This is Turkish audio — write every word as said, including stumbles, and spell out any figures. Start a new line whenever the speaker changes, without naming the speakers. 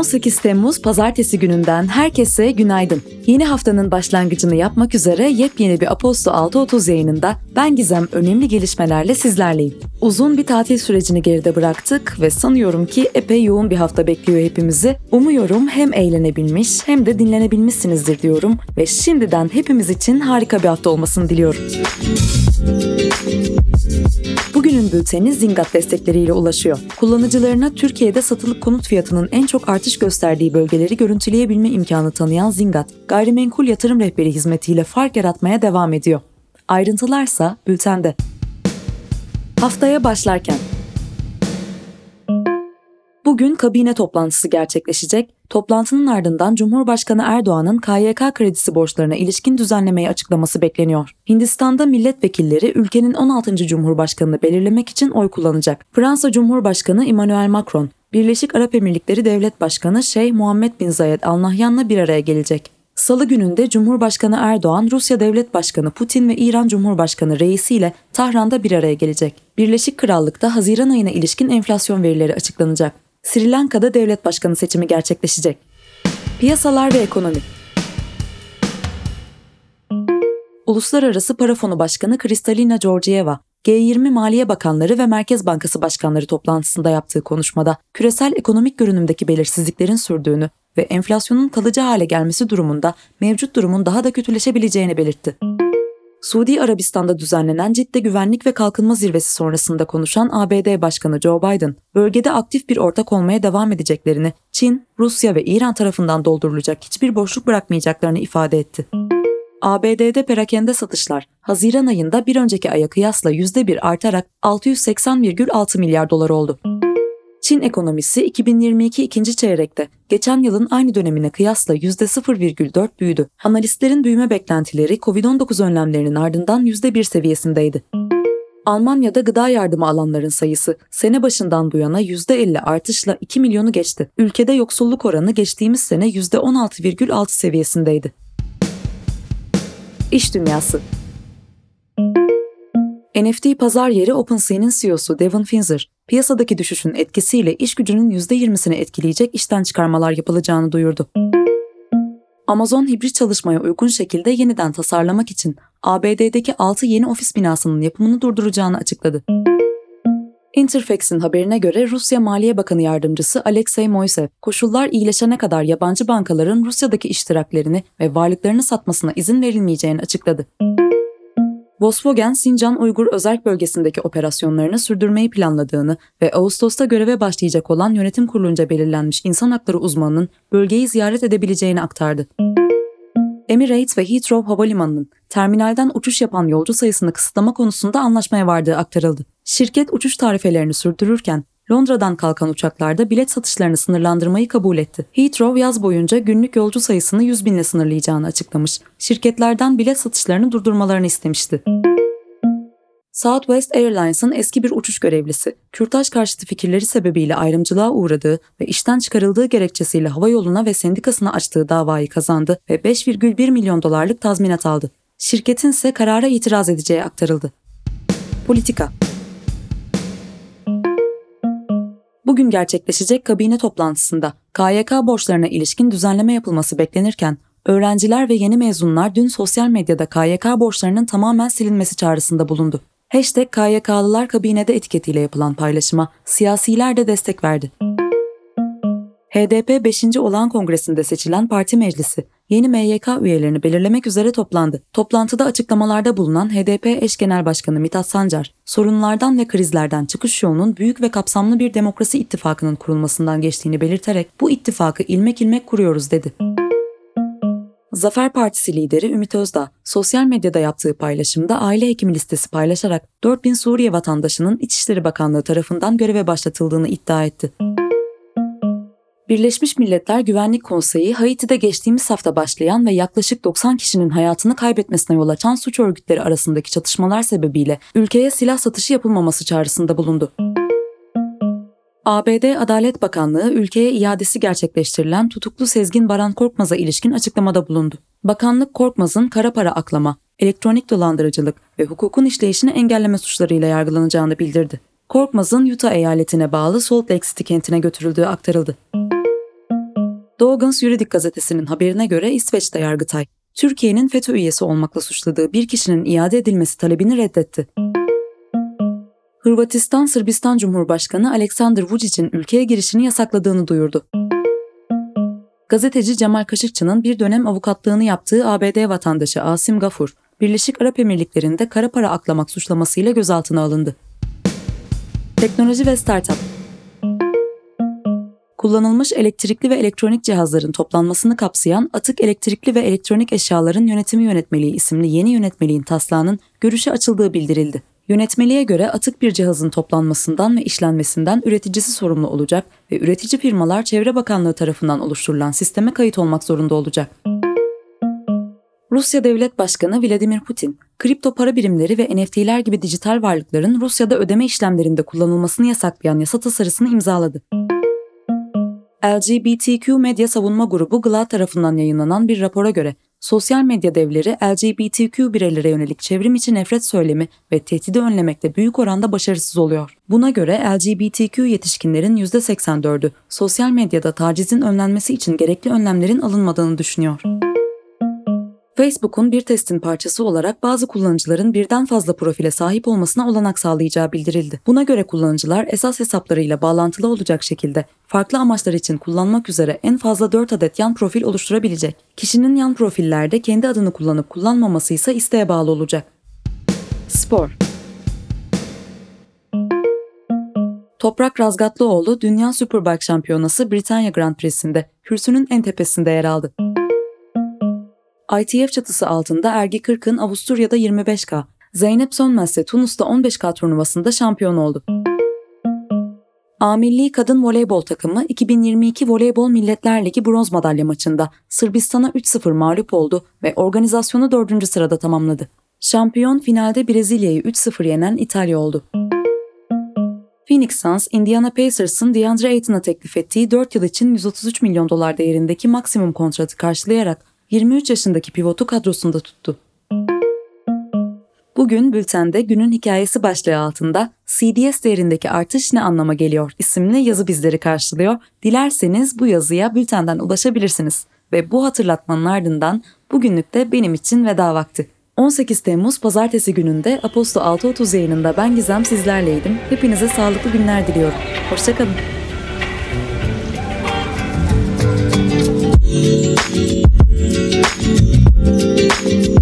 on sekiz Temmuz Pazartesi gününden herkese günaydın. Yeni haftanın başlangıcını yapmak üzere yepyeni bir Aposto altı otuz yayınında ben Gizem önemli gelişmelerle sizlerleyim. Uzun bir tatil sürecini geride bıraktık ve sanıyorum ki epey yoğun bir hafta bekliyor hepimizi. Umuyorum hem eğlenebilmiş hem de dinlenebilmişsinizdir diyorum ve şimdiden hepimiz için harika bir hafta olmasını diliyorum. Bugünün bülteni Zingat destekleriyle ulaşıyor. Kullanıcılarına Türkiye'de satılık konut fiyatının en çok artış gösterdiği bölgeleri görüntüleyebilme imkanı tanıyan Zingat, gayrimenkul yatırım rehberi hizmetiyle fark yaratmaya devam ediyor. Ayrıntılarsa bültende. Haftaya başlarken bugün kabine toplantısı gerçekleşecek. Toplantının ardından Cumhurbaşkanı Erdoğan'ın K Y K kredisi borçlarına ilişkin düzenlemeyi açıklaması bekleniyor. Hindistan'da milletvekilleri ülkenin on altıncı Cumhurbaşkanını belirlemek için oy kullanacak. Fransa Cumhurbaşkanı Emmanuel Macron, Birleşik Arap Emirlikleri Devlet Başkanı Şeyh Muhammed bin Zayed Al Nahyan'la bir araya gelecek. Salı gününde Cumhurbaşkanı Erdoğan, Rusya Devlet Başkanı Putin ve İran Cumhurbaşkanı Reisi ile Tahran'da bir araya gelecek. Birleşik Krallık'ta Haziran ayına ilişkin enflasyon verileri açıklanacak. Sri Lanka'da devlet başkanı seçimi gerçekleşecek. Piyasalar ve ekonomi. Uluslararası Para Fonu Başkanı Kristalina Georgieva, G yirmi Maliye Bakanları ve Merkez Bankası Başkanları toplantısında yaptığı konuşmada küresel ekonomik görünümdeki belirsizliklerin sürdüğünü ve enflasyonun kalıcı hale gelmesi durumunda mevcut durumun daha da kötüleşebileceğini belirtti. Suudi Arabistan'da düzenlenen Cidde Güvenlik ve Kalkınma Zirvesi sonrasında konuşan A B D Başkanı Joe Biden, bölgede aktif bir ortak olmaya devam edeceklerini, Çin, Rusya ve İran tarafından doldurulacak hiçbir boşluk bırakmayacaklarını ifade etti. A B D'de perakende satışlar, Haziran ayında bir önceki aya kıyasla yüzde bir artarak altı yüz seksen virgül altı milyar dolar oldu. Çin ekonomisi iki bin yirmi iki ikinci çeyrekte geçen yılın aynı dönemine kıyasla yüzde sıfır virgül dört büyüdü. Analistlerin büyüme beklentileri kovid on dokuz önlemlerinin ardından yüzde bir seviyesindeydi. Almanya'da gıda yardımı alanların sayısı sene başından bu yana yüzde elli artışla iki milyonu geçti. Ülkede yoksulluk oranı geçtiğimiz sene yüzde on altı virgül altı seviyesindeydi. İş dünyası. N F T pazar yeri OpenSea'nin C E O'su Devin Finzer, piyasadaki düşüşün etkisiyle iş gücünün yüzde yirmisini etkileyecek işten çıkarmalar yapılacağını duyurdu. Amazon hibrit çalışmaya uygun şekilde yeniden tasarlamak için A B D'deki altı yeni ofis binasının yapımını durduracağını açıkladı. Interfax'in haberine göre Rusya Maliye Bakanı Yardımcısı Alexey Moisev, koşullar iyileşene kadar yabancı bankaların Rusya'daki iştiraklerini ve varlıklarını satmasına izin verilmeyeceğini açıkladı. Volkswagen, Sincan Uygur Özerk Bölgesi'ndeki operasyonlarını sürdürmeyi planladığını ve Ağustos'ta göreve başlayacak olan yönetim kurulunca belirlenmiş insan hakları uzmanının bölgeyi ziyaret edebileceğini aktardı. Emirates ve Heathrow Havalimanı'nın terminalden uçuş yapan yolcu sayısını kısıtlama konusunda anlaşmaya vardığı aktarıldı. Şirket uçuş tarifelerini sürdürürken Londra'dan kalkan uçaklarda bilet satışlarını sınırlandırmayı kabul etti. Heathrow yaz boyunca günlük yolcu sayısını yüz binle sınırlayacağını açıklamış, şirketlerden bilet satışlarını durdurmalarını istemişti. Southwest Airlines'ın eski bir uçuş görevlisi, kürtaj karşıtı fikirleri sebebiyle ayrımcılığa uğradığı ve işten çıkarıldığı gerekçesiyle havayoluna ve sendikasına açtığı davayı kazandı ve beş virgül bir milyon dolarlık tazminat aldı. Şirketin ise karara itiraz edeceği aktarıldı. Politika. Bugün gerçekleşecek kabine toplantısında K Y K borçlarına ilişkin düzenleme yapılması beklenirken, öğrenciler ve yeni mezunlar dün sosyal medyada K Y K borçlarının tamamen silinmesi çağrısında bulundu. Hashtag K Y K'lılar kabinede etiketiyle yapılan paylaşıma siyasiler de destek verdi. H D P beşinci Olağan Kongresi'nde seçilen parti meclisi, yeni M Y K üyelerini belirlemek üzere toplandı. Toplantıda açıklamalarda bulunan H D P eş genel başkanı Mithat Sancar, sorunlardan ve krizlerden çıkış yolunun büyük ve kapsamlı bir demokrasi ittifakının kurulmasından geçtiğini belirterek bu ittifakı ilmek ilmek kuruyoruz dedi. Zafer Partisi lideri Ümit Özdağ, sosyal medyada yaptığı paylaşımda aile hekimi listesi paylaşarak dört bin Suriye vatandaşının İçişleri Bakanlığı tarafından göreve başlatıldığını iddia etti. Birleşmiş Milletler Güvenlik Konseyi, Haiti'de geçtiğimiz hafta başlayan ve yaklaşık doksan kişinin hayatını kaybetmesine yol açan suç örgütleri arasındaki çatışmalar sebebiyle ülkeye silah satışı yapılmaması çağrısında bulundu. A B D Adalet Bakanlığı, ülkeye iadesi gerçekleştirilen tutuklu Sezgin Baran Korkmaz'a ilişkin açıklamada bulundu. Bakanlık, Korkmaz'ın kara para aklama, elektronik dolandırıcılık ve hukukun işleyişini engelleme suçlarıyla yargılanacağını bildirdi. Korkmaz'ın Utah eyaletine bağlı Salt Lake City kentine götürüldüğü aktarıldı. Dagens Juridik gazetesinin haberine göre İsveç'te Yargıtay, Türkiye'nin FETÖ üyesi olmakla suçladığı bir kişinin iade edilmesi talebini reddetti. Hırvatistan, Sırbistan Cumhurbaşkanı Aleksandar Vučić'in ülkeye girişini yasakladığını duyurdu. Gazeteci Cemal Kaşıkçı'nın bir dönem avukatlığını yaptığı A B D vatandaşı Asim Gafur, Birleşik Arap Emirlikleri'nde kara para aklamak suçlamasıyla gözaltına alındı. Teknoloji ve startup. Kullanılmış elektrikli ve elektronik cihazların toplanmasını kapsayan Atık Elektrikli ve Elektronik Eşyaların Yönetimi Yönetmeliği isimli yeni yönetmeliğin taslağının görüşe açıldığı bildirildi. Yönetmeliğe göre atık bir cihazın toplanmasından ve işlenmesinden üreticisi sorumlu olacak ve üretici firmalar Çevre Bakanlığı tarafından oluşturulan sisteme kayıt olmak zorunda olacak. Rusya Devlet Başkanı Vladimir Putin, kripto para birimleri ve N F T'ler gibi dijital varlıkların Rusya'da ödeme işlemlerinde kullanılmasını yasaklayan yasa tasarısını imzaladı. L G B T Q Medya Savunma Grubu G L A A D tarafından yayınlanan bir rapora göre, sosyal medya devleri L G B T Q bireylere yönelik çevrim içi nefret söylemi ve tehdidi önlemekte büyük oranda başarısız oluyor. Buna göre L G B T Q yetişkinlerin yüzde seksen dördü sosyal medyada tacizin önlenmesi için gerekli önlemlerin alınmadığını düşünüyor. Facebook'un bir testin parçası olarak bazı kullanıcıların birden fazla profile sahip olmasına olanak sağlayacağı bildirildi. Buna göre kullanıcılar esas hesaplarıyla bağlantılı olacak şekilde farklı amaçlar için kullanmak üzere en fazla dört adet yan profil oluşturabilecek. Kişinin yan profillerde kendi adını kullanıp kullanmaması ise isteğe bağlı olacak. Spor. Toprak Razgatlıoğlu Dünya Superbike Şampiyonası Britanya Grand Prix'sinde kürsünün en tepesinde yer aldı. I T F çatısı altında Ergi Kırk'ın Avusturya'da yirmi beş K, Zeynep Sönmez ise Tunus'ta on beş K turnuvasında şampiyon oldu. A Milli Kadın Voleybol takımı iki bin yirmi iki Voleybol Milletler Ligi bronz madalya maçında Sırbistan'a üç sıfır mağlup oldu ve organizasyonu dördüncü sırada tamamladı. Şampiyon finalde Brezilya'yı üç sıfır yenen İtalya oldu. Phoenix Suns, Indiana Pacers'ın DeAndre Ayton'a teklif ettiği dört yıl için yüz otuz üç milyon dolar değerindeki maksimum kontratı karşılayarak yirmi üç yaşındaki pivotu kadrosunda tuttu. Bugün bültende günün hikayesi başlığı altında C D S değerindeki artış ne anlama geliyor isimli yazı bizleri karşılıyor. Dilerseniz bu yazıya bültenden ulaşabilirsiniz. Ve bu hatırlatmanın ardından bugünlük de benim için veda vakti. on sekiz Temmuz Pazartesi gününde Aposto altı otuz yayınında ben Gizem sizlerleydim. Hepinize sağlıklı günler diliyorum. Hoşçakalın. Thank you.